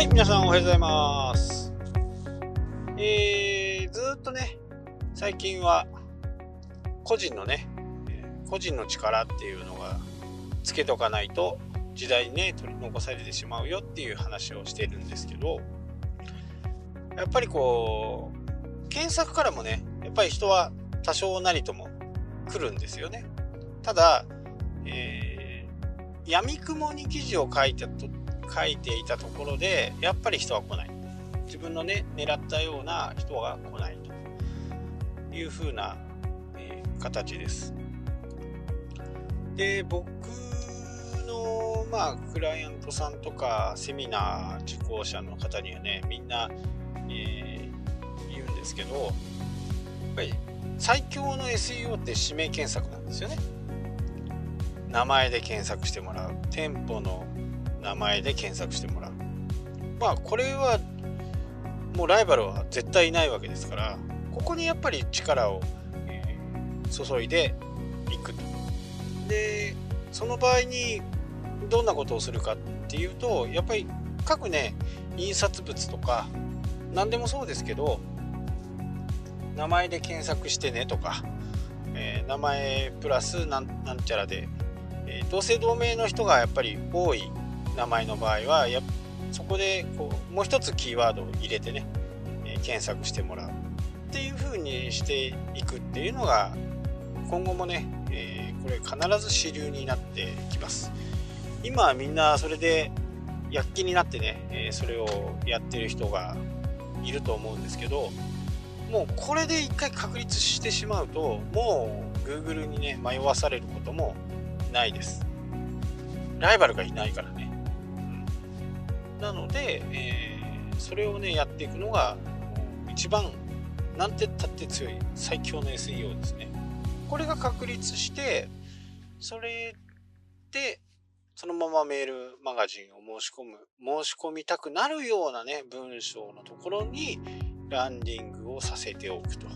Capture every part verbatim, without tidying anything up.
、皆さんおはようございます。えー、ずーっとね、最近は個人のね、個人の力っていうのがつけとかないと時代にね、取り残されてしまうよっていう話をしているんですけど、やっぱりこう、検索からもね、やっぱり人は多少なりとも来るんですよね。ただ、えー、闇雲に記事を書いてと書いていたところでやっぱり人は来ない、自分のね狙ったような人が来ないという風な、えー、形です。で、僕のまあクライアントさんとかセミナー受講者の方にはね、みんな、えー、言うんですけど、やっぱり最強の エスイーオー って指名検索なんですよね。名前で検索してもらう、店舗の名前で検索してもらう。まあこれはもうライバルは絶対いないわけですから、ここにやっぱり力を、えー、注いでいくと。で、その場合にどんなことをするかっていうと、やっぱり各ね印刷物とか何でもそうですけど、名前で検索してねとか、えー、名前プラスなん、なんちゃらで、えー、同姓同名の人がやっぱり多い名前の場合はやそこでこうもう一つキーワードを入れてね、えー、検索してもらうっていう風にしていくっていうのが今後もね、えー、これ必ず主流になっていきます。今はみんなそれで躍起になってね、えー、それをやってる人がいると思うんですけど、もうこれで一回確立してしまうともう Google にね迷わされることもないです。ライバルがいないからね。なので、えー、それをねやっていくのが一番なんてったって強い最強の エスイーオー ですね。これが確立して、それでそのままメールマガジンを申し込む申し込みたくなるようなね文章のところにランディングをさせておくと。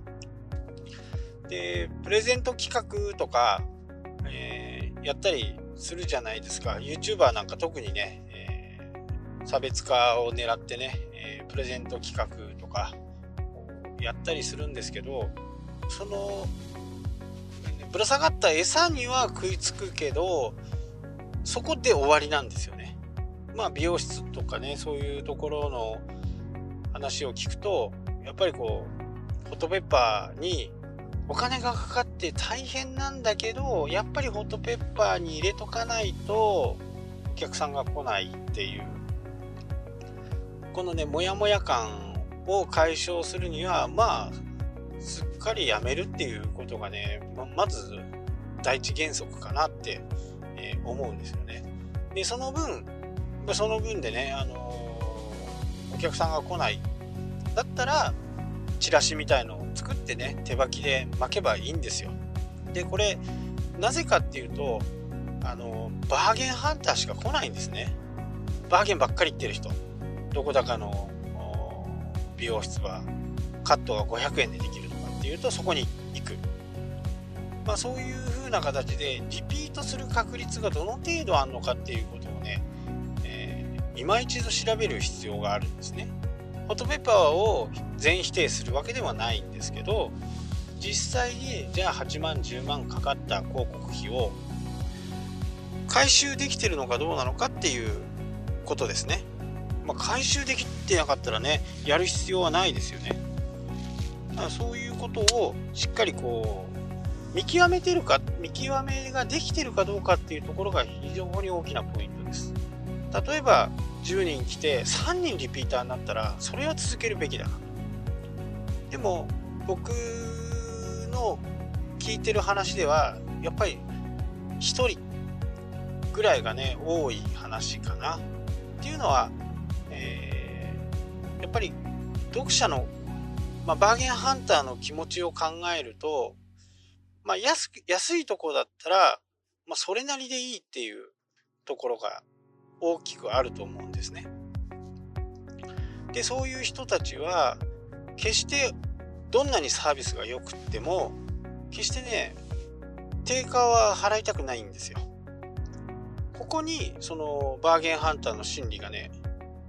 で、プレゼント企画とか、えー、やったりするじゃないですか。 YouTuber なんか特にね、差別化を狙ってね、えー、プレゼント企画とかやったりするんですけど、そのぶら下がった餌には食いつくけどそこで終わりなんですよね。まあ美容室とかね、そういうところの話を聞くと、やっぱりこうホットペッパーにお金がかかって大変なんだけど、やっぱりホットペッパーに入れとかないとお客さんが来ないっていう、このねモヤモヤ感を解消するには、まあすっかりやめるっていうことがね ま, まず第一原則かなって、えー、思うんですよね。で、その分その分でね、あのー、お客さんが来ないだったらチラシみたいのを作ってね手書きで巻けばいいんですよ。で、これなぜかっていうと、あのー、バーゲンハンターしか来ないんですね。バーゲンばっかり言ってる人、どこだかの美容室はカットがごひゃくえんでできるとかっていうとそこに行く。まあそういう風な形でリピートする確率がどの程度あるのかっていうことをね、えー、今一度調べる必要があるんですね。ホットペッパーを全否定するわけではないんですけど、実際にじゃあはちまんじゅうまんかかった広告費を回収できてるのかどうなのかっていうことですね。まあ、回収できてなかったらねやる必要はないですよね。だからそういうことをしっかりこう見極めてるか見極めができてるかどうかっていうところが非常に大きなポイントです。例えばじゅうにん来てさんにんリピーターになったらそれは続けるべきだな。でも僕の聞いてる話ではやっぱりひとりぐらいがね多い話かなっていうのは、えー、やっぱり読者の、まあ、バーゲンハンターの気持ちを考えると、まあ、安く安いところだったら、まあ、それなりでいいっていうところが大きくあると思うんですね。で、そういう人たちは決してどんなにサービスが良くっても決してね定価は払いたくないんですよ。ここにそのバーゲンハンターの心理がね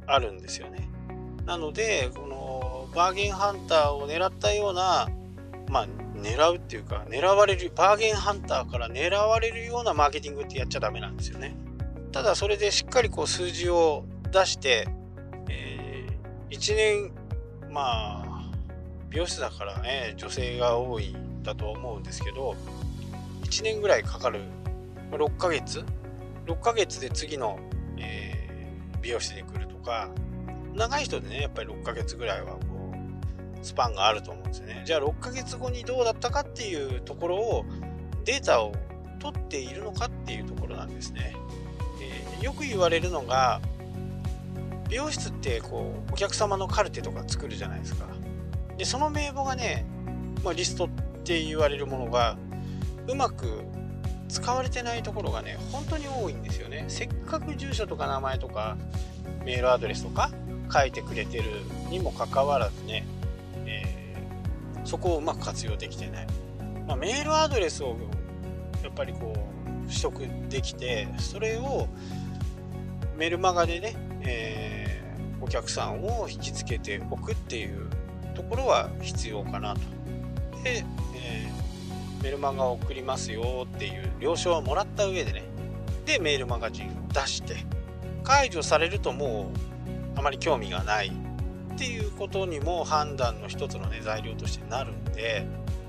あるんですよね。なのでこのバーゲンハンターを狙ったような、まあ狙うっていうか狙われるバーゲンハンターから狙われるようなマーケティングってやっちゃダメなんですよね。ただそれでしっかりこう数字を出して、えー、いちねん、まあ美容室だからね女性が多いんだと思うんですけど、いちねんぐらいかかる、ろっかげつろっかげつで次の、えー、美容室に来るとか、長い人でねやっぱりろっかげつぐらいはこうスパンがあると思うんですよね。じゃあろっかげつごにどうだったかっていうところをデータを取っているのかっていうところなんですね。えー、よく言われるのが、美容室ってこうお客様のカルテとか作るじゃないですか。でその名簿がね、まあ、リストって言われるものがうまく使われてないところがね本当に多いんですよね。せっかく住所とか名前とかメールアドレスとか書いてくれてるにもかかわらずね、えー、そこをうまく活用できてない、まあ、メールアドレスをやっぱりこう取得できて、それをメルマガでね、えー、お客さんを引きつけておくっていうところは必要かなと。で、えー、メルマガを送りますよっていう了承をもらった上でね、でメールマガジンを出して、解除されるともうあまり興味がないっていうことにも判断の一つのね材料としてなるんで、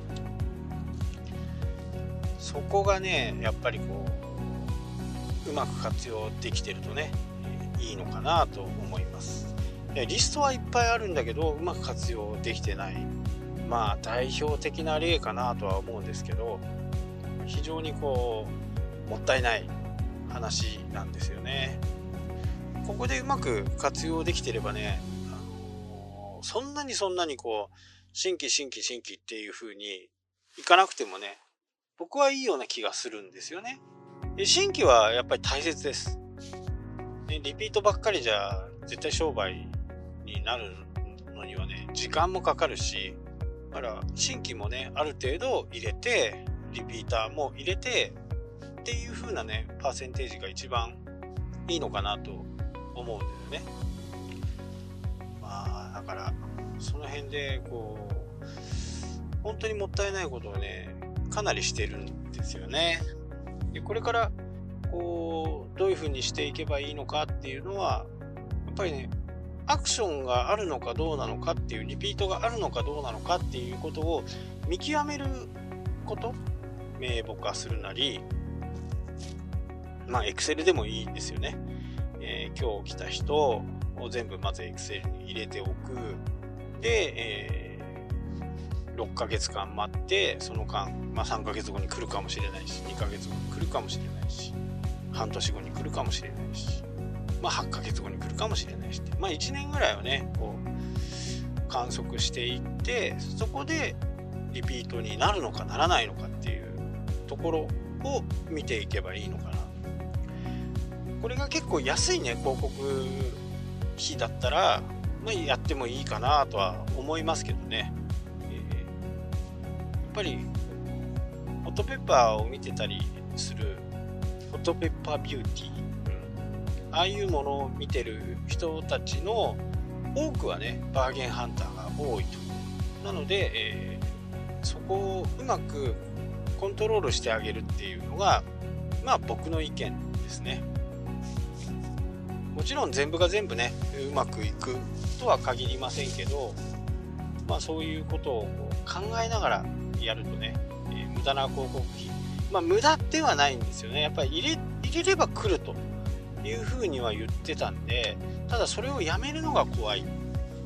そこがねやっぱりこううまく活用できてるとね、えー、いいのかなと思います。リストはいっぱいあるんだけどうまく活用できてない、まあ代表的な例かなとは思うんですけど、非常にこうもったいない話なんですよね。ここでうまく活用できてればね、あのー、そんなにそんなにこう新規新規新規っていう風にいかなくてもね、僕はいいような気がするんですよね。で新規はやっぱり大切です、ね、リピートばっかりじゃ絶対商売になるのにはね時間もかかるし、だから新規もねある程度入れてリピーターも入れてっていう風なねパーセンテージが一番いいのかなと思うんだよね。まあだからその辺でこう本当にもったいないことをねかなりしてるんですよね。でこれからこうどういう風にしていけばいいのかっていうのはやっぱりね、アクションがあるのかどうなのかっていう、リピートがあるのかどうなのかっていうことを見極めること、名簿化するなり、まあエクセルでもいいんですよね。えー、今日来た人を全部まずエクセルに入れておく。で、えー、ろっかげつかん待って、その間、まあ、さんかげつごに来るかもしれないし、にかげつごに来るかもしれないし、半年後に来るかもしれないし、まあ、はちかげつごに来るかもしれないし、まあ、いちねんぐらいはねこう観測していって、そこでリピートになるのかならないのかっていうところを見ていけばいいのかな。これが結構安いね広告費だったら、まあ、やってもいいかなとは思いますけどね、えー、やっぱりホットペッパーを見てたりするホットペッパービューティー、ああいうものを見てる人たちの多くはねバーゲンハンターが多いと。なので、えー、そこをうまくコントロールしてあげるっていうのがまあ僕の意見ですね。もちろん全部が全部ねうまくいくとは限りませんけど、まあそういうことを考えながらやるとね、えー、無駄な広告費、まあ無駄ではないんですよね。やっぱり入れ、入れれば来るというふうには言ってたんで、ただそれをやめるのが怖い。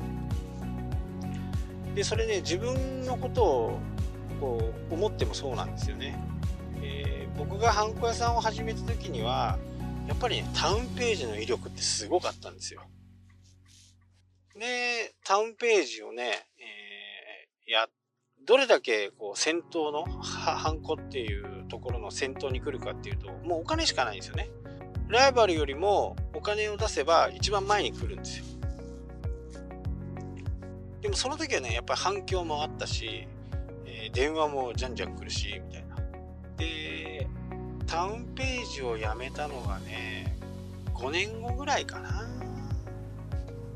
でそれね自分のことをこう思ってもそうなんですよね。えー、僕がハンコ屋さんを始めた時にはやっぱりねタウンページの威力ってすごかったんですよ。でタウンページをね、えー、やどれだけこう先頭のハンコっていうところの先頭に来るかっていうともうお金しかないんですよね。ライバルよりもお金を出せば一番前に来るんですよ。でもその時はねやっぱり反響もあったし、えー、電話もじゃんじゃん来るしみたいな。でタウンページをやめたのがねごねんごぐらいかな。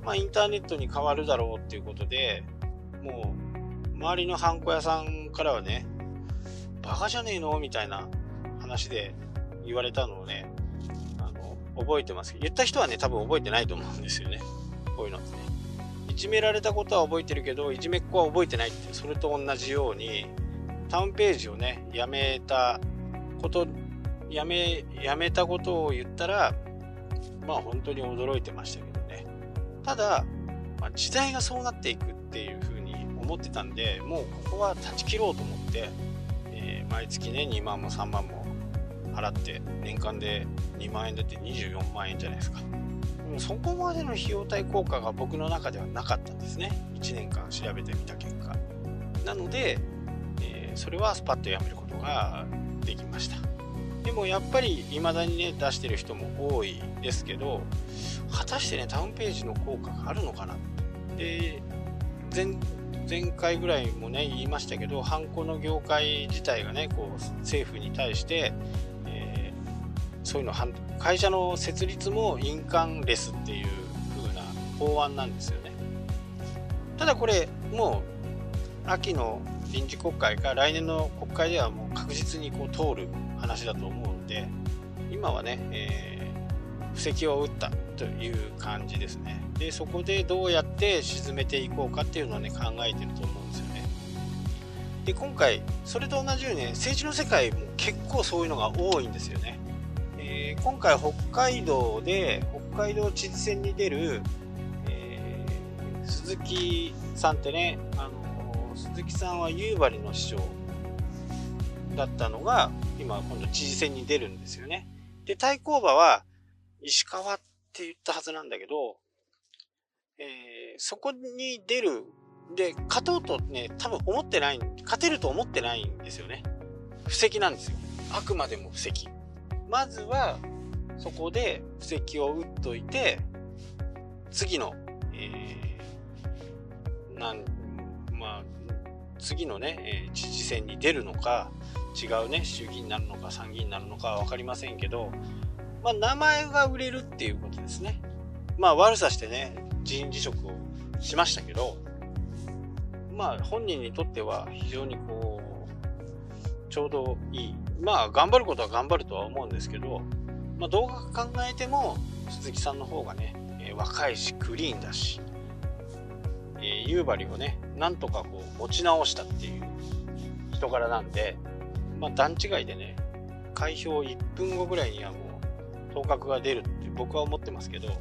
まあ、インターネットに変わるだろうっていうことで、もう周りのハンコ屋さんからはね、バカじゃねえのみたいな話で言われたのをね、あの覚えてますけど、言った人はね多分覚えてないと思うんですよね。こういうのってね、いじめられたことは覚えてるけどいじめっ子は覚えてないって、それと同じようにタウンページをねやめたことやめやめたことを言ったら、まあ本当に驚いてましたけどね。ただ、まあ、時代がそうなっていくっていう風に思ってたんで、もうここは断ち切ろうと思って、えー、毎月ねにまんもさんまんも払って年間でにまんえんだってにじゅうよんまんえんじゃないですか。そこまでの費用対効果が僕の中ではなかったんですね。いちねんかん調べてみた結果。なので、えー、それはスパッとやめることができました。でもやっぱり未だにね出してる人も多いですけど、果たしてねタウンページの効果があるのかな。で、前前回ぐらいもね言いましたけど、ハンコの業界自体がねこう政府に対して、えー、そういうの会社の設立も印鑑レスっていう風な法案なんですよね。ただこれもう秋の臨時国会か来年の国会ではもう確実にこう通る話だと思うので、今はね、えー、布石を打ったという感じですね。でそこでどうやって沈めていこうかっていうのをね考えてると思うんですよね。で今回それと同じようにね政治の世界も結構そういうのが多いんですよね。えー、今回北海道で北海道知事選に出る、えー、鈴木さんってね、あの鈴木さんは夕張の市長だったのが今今度知事選に出るんですよね。で対抗馬は石川って言ったはずなんだけど、えー、そこに出るで勝とうとね多分思ってない、勝てると思ってないんですよね。布石なんですよ、あくまでも布石。まずはそこで布石を打っといて、次の、えー、なんまあ次のね、えー、知事選に出るのか違うね衆議院になるのか参議院になるのかは分かりませんけど、まあ名前が売れるっていうことですね。まあ悪さしてね議員辞職をしましたけど、まあ本人にとっては非常にこうちょうどいい、まあ頑張ることは頑張るとは思うんですけど、まあどう考えても鈴木さんの方がね、えー、若いしクリーンだし、えー、夕張をねなんとかこう持ち直したっていう人柄なんで、まあ段違いでね開票いっぷんごぐらいにはもう当確が出るって僕は思ってますけど、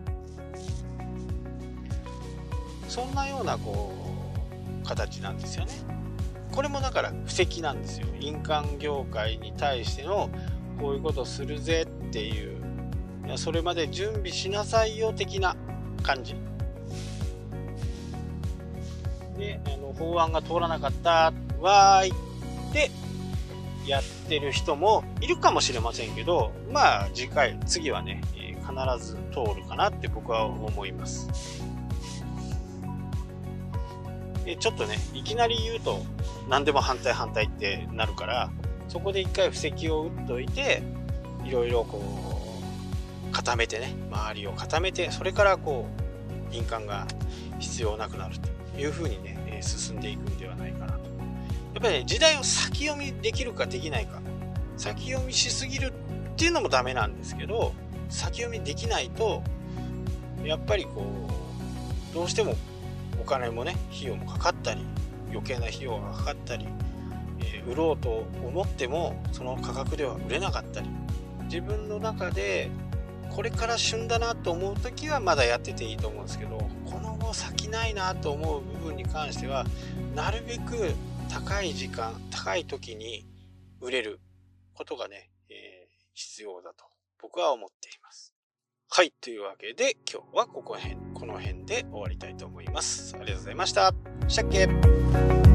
そんなようなこう形なんですよね。これもだから布石なんですよ。印鑑業界に対してのこういうことするぜっていう、いやそれまで準備しなさいよ的な感じで、あの法案が通らなかったわーいってやってる人もいるかもしれませんけど、まあ次回次はね、えー、必ず通るかなって僕は思います。でちょっとねいきなり言うと何でも反対反対ってなるから、そこで一回布石を打っといて、いろいろこう固めてね、周りを固めて、それからこう印鑑が必要なくなるというふうにね進んでいくんではないかなと。やっぱりね時代を先読みできるかできないか、先読みしすぎるっていうのもダメなんですけど、先読みできないとやっぱりこうどうしてもお金もね費用もかかったり、余計な費用がかかったり、えー、売ろうと思ってもその価格では売れなかったり、自分の中でこれから旬だなと思う時はまだやってていいと思うんですけど、この後先ないなと思う部分に関してはなるべく高い時間高い時に売れることがね、えー、必要だと僕は思っています。はい、というわけで今日はここ辺この辺で終わりたいと思います。ありがとうございました。したっけ。